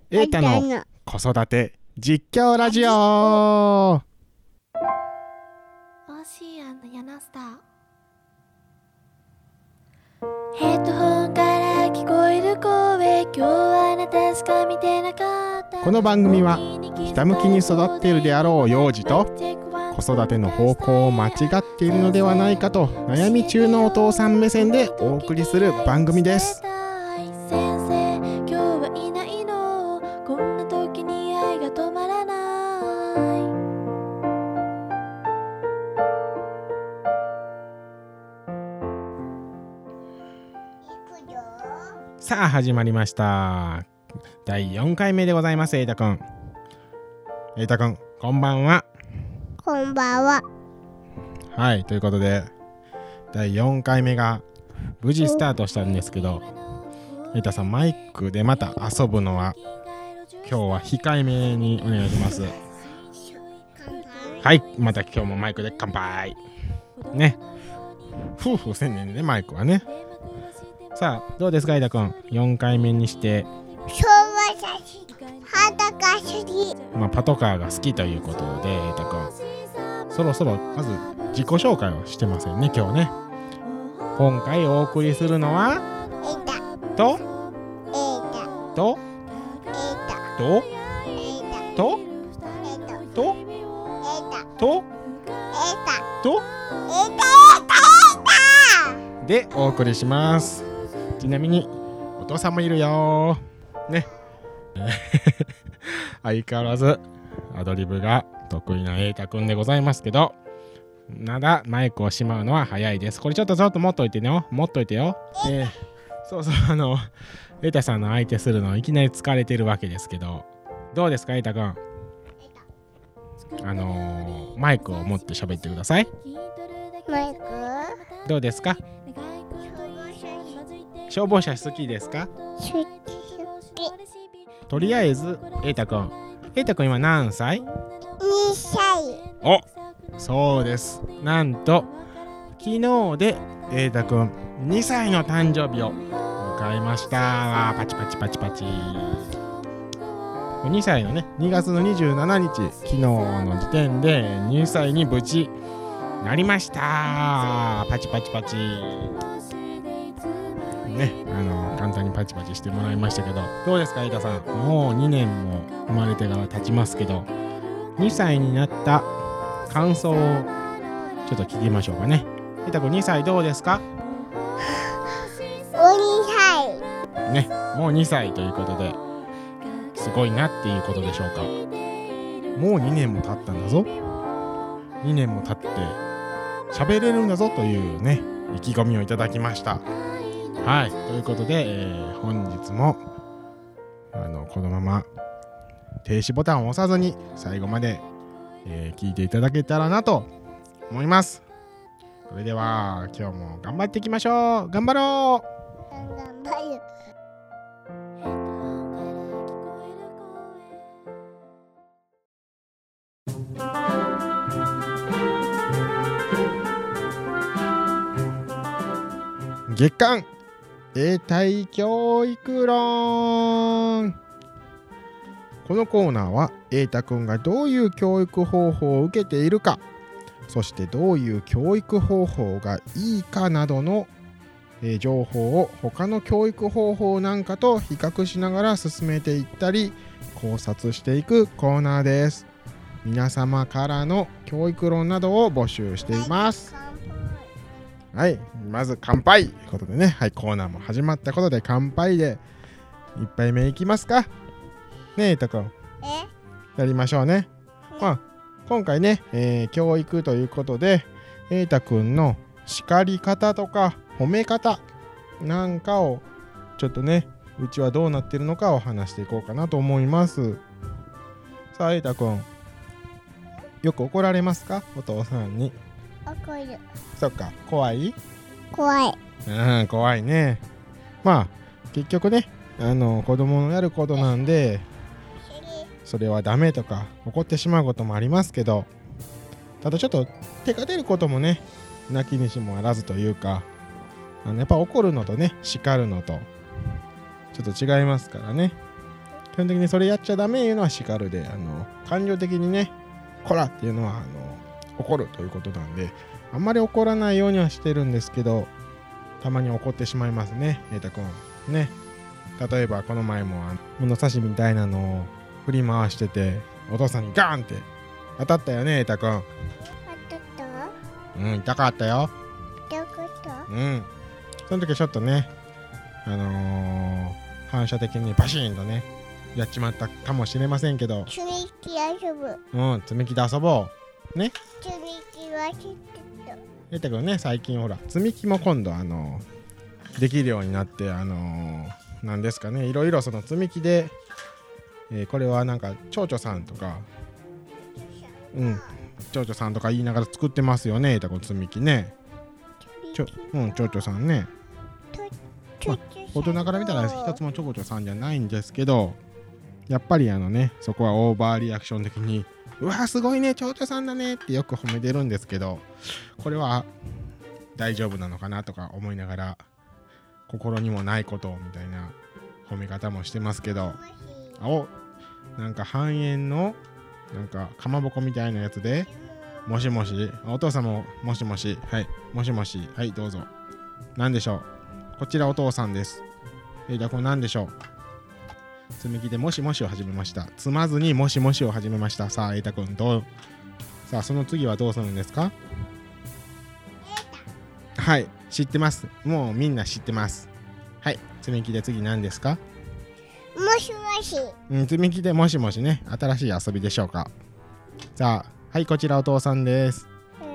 瑛太の子育て実況ラジオ。 ヘッドホンから聞こえる声、今日はあなたしか見てなかった。 この番組はひたむきに育っているであろう幼児と子育ての方向を間違っているのではないかと悩み中のお父さん目線でお送りする番組です。 先生、今日はいないの、こんな時に愛が止まらない。 さあ始まりました。第4回目でございます。瑛太くん、瑛太くん、こんばんは。 こんばんは。 はい、ということで第4回目が無事スタートしたんですけど、瑛太さんマイクでまた遊ぶのは今日は控えめにお願いします。はい、また今日もマイクで乾杯ね。夫婦せんねんね、マイクはね。さあどうですか瑛太くん、4回目にして昭和写真パトカー好き、 パトカーが好きということで、瑛太くんそろそろまず自己紹介をしてませんね今日ね。今回お送りするのはととととととでお送りします。ちなみにお父さんもいるよね。相変わらずアドリブが得意な瑛太くんでございますけど、まだマイクをしまうのは早いです。これちょっと持っといてね、持っといてよ。そうそう、瑛太さんの相手するのいきなり疲れてるわけですけど、どうですか瑛太くん。マイクを持って喋ってください。 マイクどうですか。消防車好きですか。 好き。 とりあえず瑛太くん今何歳？ 2歳。 お、そうです。なんと昨日で瑛太くん2歳の誕生日を迎えました。パチパチパチパチ。2歳のね、2月の27日昨日の時点で2歳に無事なりました。パチパチパチね、簡単にパチパチしてもらいましたけど、どうですか瑛太さん。もう2年も生まれてから経ちますけど、2歳になった感想をちょっと聞きましょうかね。瑛太くん2歳どうですか。 2歳ね、もう2歳ということですごいなっていうことでしょうか。もう2年も経ったんだぞ、2年も経って喋れるんだぞというね、意気込みをいただきました。はい、ということで、本日もこのまま停止ボタンを押さずに最後まで、聞いていただけたらなと思います。それでは今日も頑張っていきましょう。頑張ろう。 頑張る。 月刊英体教育論。このコーナーは瑛太くんがどういう教育方法を受けているか、そしてどういう教育方法がいいかなどの、情報を他の教育方法なんかと比較しながら進めていったり考察していくコーナーです。皆様からの教育論などを募集しています。はい、まず乾杯ということでね、はい、コーナーも始まったことで乾杯で1杯目いきますかね。瑛太くんやりましょうね。今回ね、教育ということで瑛太くんの叱り方とか褒め方なんかをちょっとね、うちはどうなってるのかを話していこうかなと思います。さあ瑛太くん、よく怒られますか、お父さんに。 怒る。 そっか、怖い怖い。 怖いね。結局ね、子供のやることなんでそれはダメとか怒ってしまうこともありますけど、ただちょっと手が出ることもね、泣きにしもあらずというか、やっぱ怒るのとね、叱るのとちょっと違いますからね。 基本的にそれやっちゃダメいうのは叱るで、感情的にねこらっていうのは怒るということなんで、あんまり怒らないようにはしてるんですけど、たまに怒ってしまいますね、瑛太くんね。例えばこの前も物差しみたいなのを振り回してて、お父さんにガーンって当たったよね、瑛太くん。 当たったうん、痛かったよ。 どこだうん。その時ちょっとね、反射的にバシーンとねやっちまったかもしれませんけど、 積み木遊ぶ積み木で遊ぼうね。 積み木は知ってた瑛太くんね、最近ほら積み木も今度できるようになって、なんですかね、いろいろその積み木で、これはなんか蝶々さんとか蝶々さんとか言いながら作ってますよね、瑛太くん積み木ね。蝶々さんね。大人から見たら一つもちょこちょさんじゃないんですけど、やっぱりそこはオーバーリアクション的にうわすごいね、蝶々さんだねってよく褒めてるんですけど、これは大丈夫なのかなとか思いながら、心にもないことみたいな褒め方もしてますけど、なんか半円のなんかかまぼこみたいなやつで、もしもし、お父さんももしもし、はい、もしもし、はいどうぞ。何でしょう。こちらお父さんです。瑛太くん何でしょう。積み木でもしもしを始めました。積まずにもしもしを始めました。さあ瑛太くんどう。さあその次はどうするんですか。はい、知ってます。もうみんな知ってます。はい、積み木で次何ですか。 もしもし積み木でもしもしね、新しい遊びでしょうか。さあ、はい、こちらお父さんです。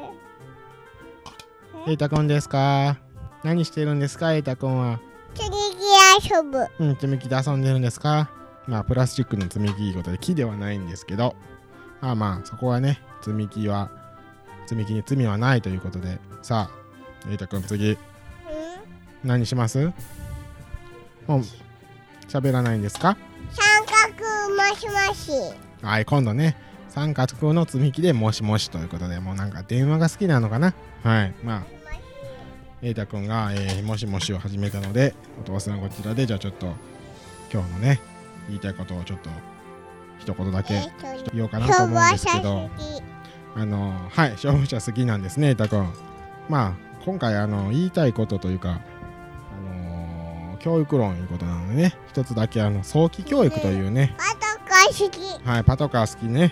瑛太くんですか。何してるんですか、瑛太くんは。 積み木遊ぶ積み木で遊んでるんですか。まあプラスチックの積み木いうことで木ではないんですけど、まあそこはね、積み木に罪はないということで。さあ瑛太くん次何します。もう喋らないんですか。 三角もしもしはい、今度ね三角の積み木でもしもしということで、もうなんか電話が好きなのかな。はい、まあ瑛太くんが、もしもしを始めたので、お父さんこちらでじゃあちょっと今日のね言いたいことをちょっと一言だけ言おうかなと思うんですけど、はい、勝負者好きなんですね、瑛太くん。まあ今回言いたいことというか、教育論いうことなのでね、一つだけ早期教育というね、 パトカー好きはい、パトカー好きね、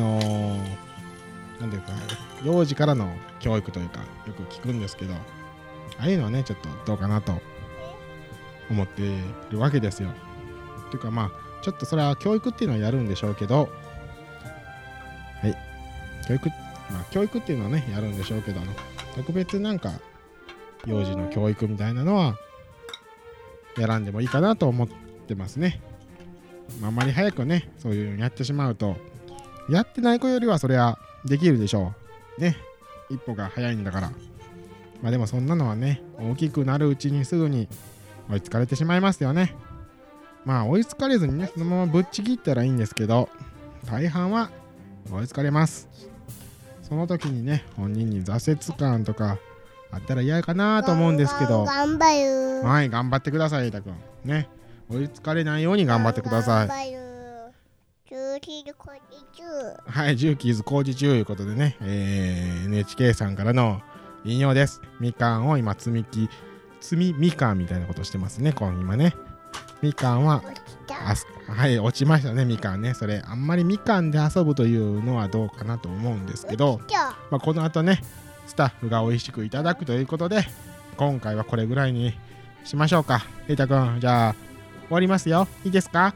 なんていうか幼児からの教育というかよく聞くんですけど、ああいうのはねちょっとどうかなと思っているわけですよ。というかまあちょっとそれは教育っていうのはやるんでしょうけど、はい、教育っていうのはねやるんでしょうけど、特別なんか幼児の教育みたいなのはやらんでもいいかなと思ってますね。あんまり早くねそういうのやってしまうと、やってない子よりはそれはできるでしょうね。一歩が早いんだから。まあでもそんなのはね、大きくなるうちにすぐに追いつかれてしまいますよね。まあ追いつかれずにねそのままぶっちぎったらいいんですけど、大半は追いつかれます。その時にね本人に挫折感とかあったら嫌かなと思うんですけど、 頑張るはい、頑張ってください瑛太くんね。追いつかれないように頑張ってください。 頑張る重機工事中。 はい、重機図工事中ということでね、NHK さんからの引用です。みかんを今積みみかんみたいなことしてますね。今ねみかんははい、落ちましたね、みかんね。それあんまりみかんで遊ぶというのはどうかなと思うんですけど、まあ、この後ねスタッフが美味しくいただくということで、今回はこれぐらいにしましょうか。瑛太くん、じゃあ終わりますよ。いいですか。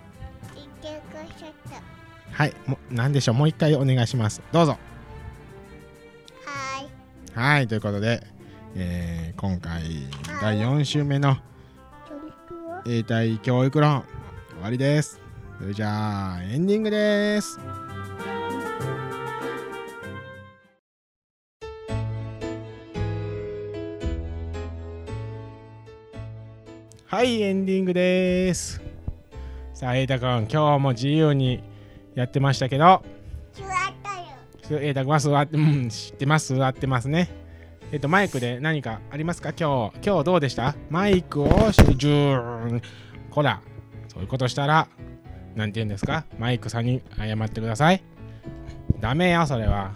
はい、何でしょう、もう一回お願いします。どうぞ。はい、ということで、今回第4週目の英体教育論終わりです。それじゃあエンディングです。はい、エンディングです。さあ瑛太くん、今日も自由にやってましたけど、 座ったよ。 瑛太くんは座って、知ってます、座ってますね。マイクで何かありますか。今日どうでした。マイクをしてジューン、こらそういうことしたらなんて言うんですか、マイクさんに謝ってください。ダメよそれは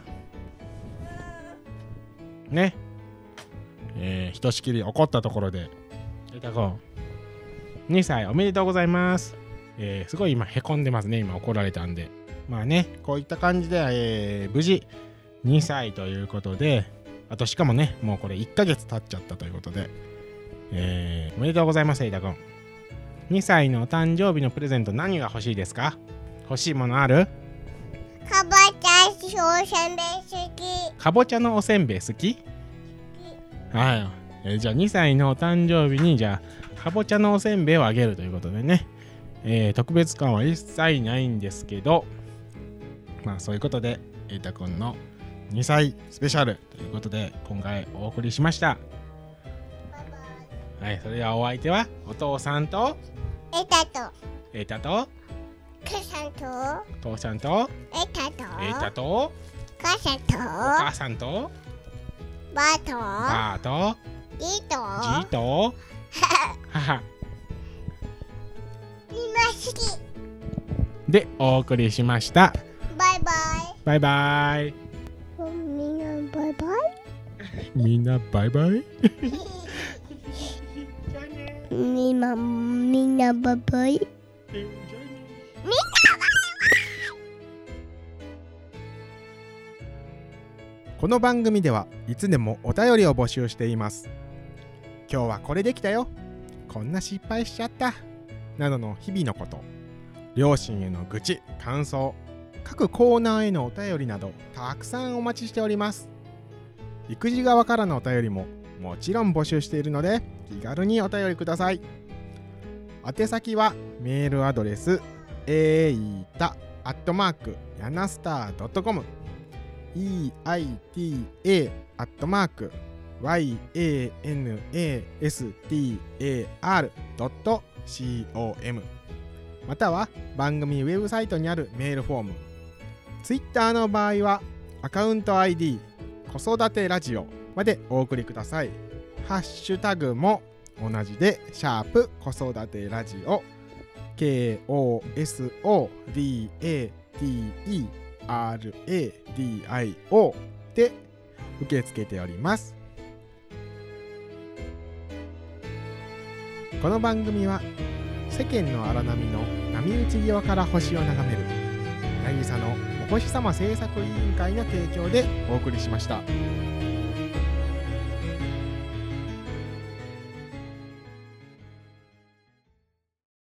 ね。ひとしきり怒ったところで瑛太くん2歳おめでとうございます。すごい今へこんでますね。今怒られたんで、まあね、こういった感じで、無事2歳ということで、あとしかもね、もうこれ1ヶ月経っちゃったということで、おめでとうございます。瑛太くん2歳のお誕生日のプレゼント何が欲しいですか？欲しいものある？ かぼちゃおせんべい好き。 かぼちゃのおせんべい好き？はい、じゃあ2歳のお誕生日にじゃあかぼちゃのおせんべいをあげるということでね、特別感は一切ないんですけど、まあそういうことで瑛太くんの2歳スペシャルということで今回お送りしました。はい、それではお相手はお父さんとえたと瑛太と母さんと父さんとえたと瑛太と母さんとお母さんとばとばーとじとじーと母みんな好き。 でお送りしました。 バイババイバイ。 イ。みんなバイバイ。 みんなバイバイ。 みんなバイバイ。 この番組ではいつでもお便りを募集しています。今日はこれできたよ、こんな失敗しちゃったなどの日々のこと、両親への愚痴、感想、各コーナーへのお便りなどたくさんお待ちしております。育児側からのお便りももちろん募集しているので気軽にお便りください。宛先はメールアドレスeita@yanastar.com eita@yanastar.com または番組ウェブサイトにあるメールフォーム、ツイッターの場合はアカウント ID 子育てラジオまでお送りください。ハッシュタグも同じでシャープ子育てラジオ KOSODATERADIO で受け付けております。この番組は世間の荒波の波打ち際から星を眺める渚のお星様制作委員会の提供でお送りしました。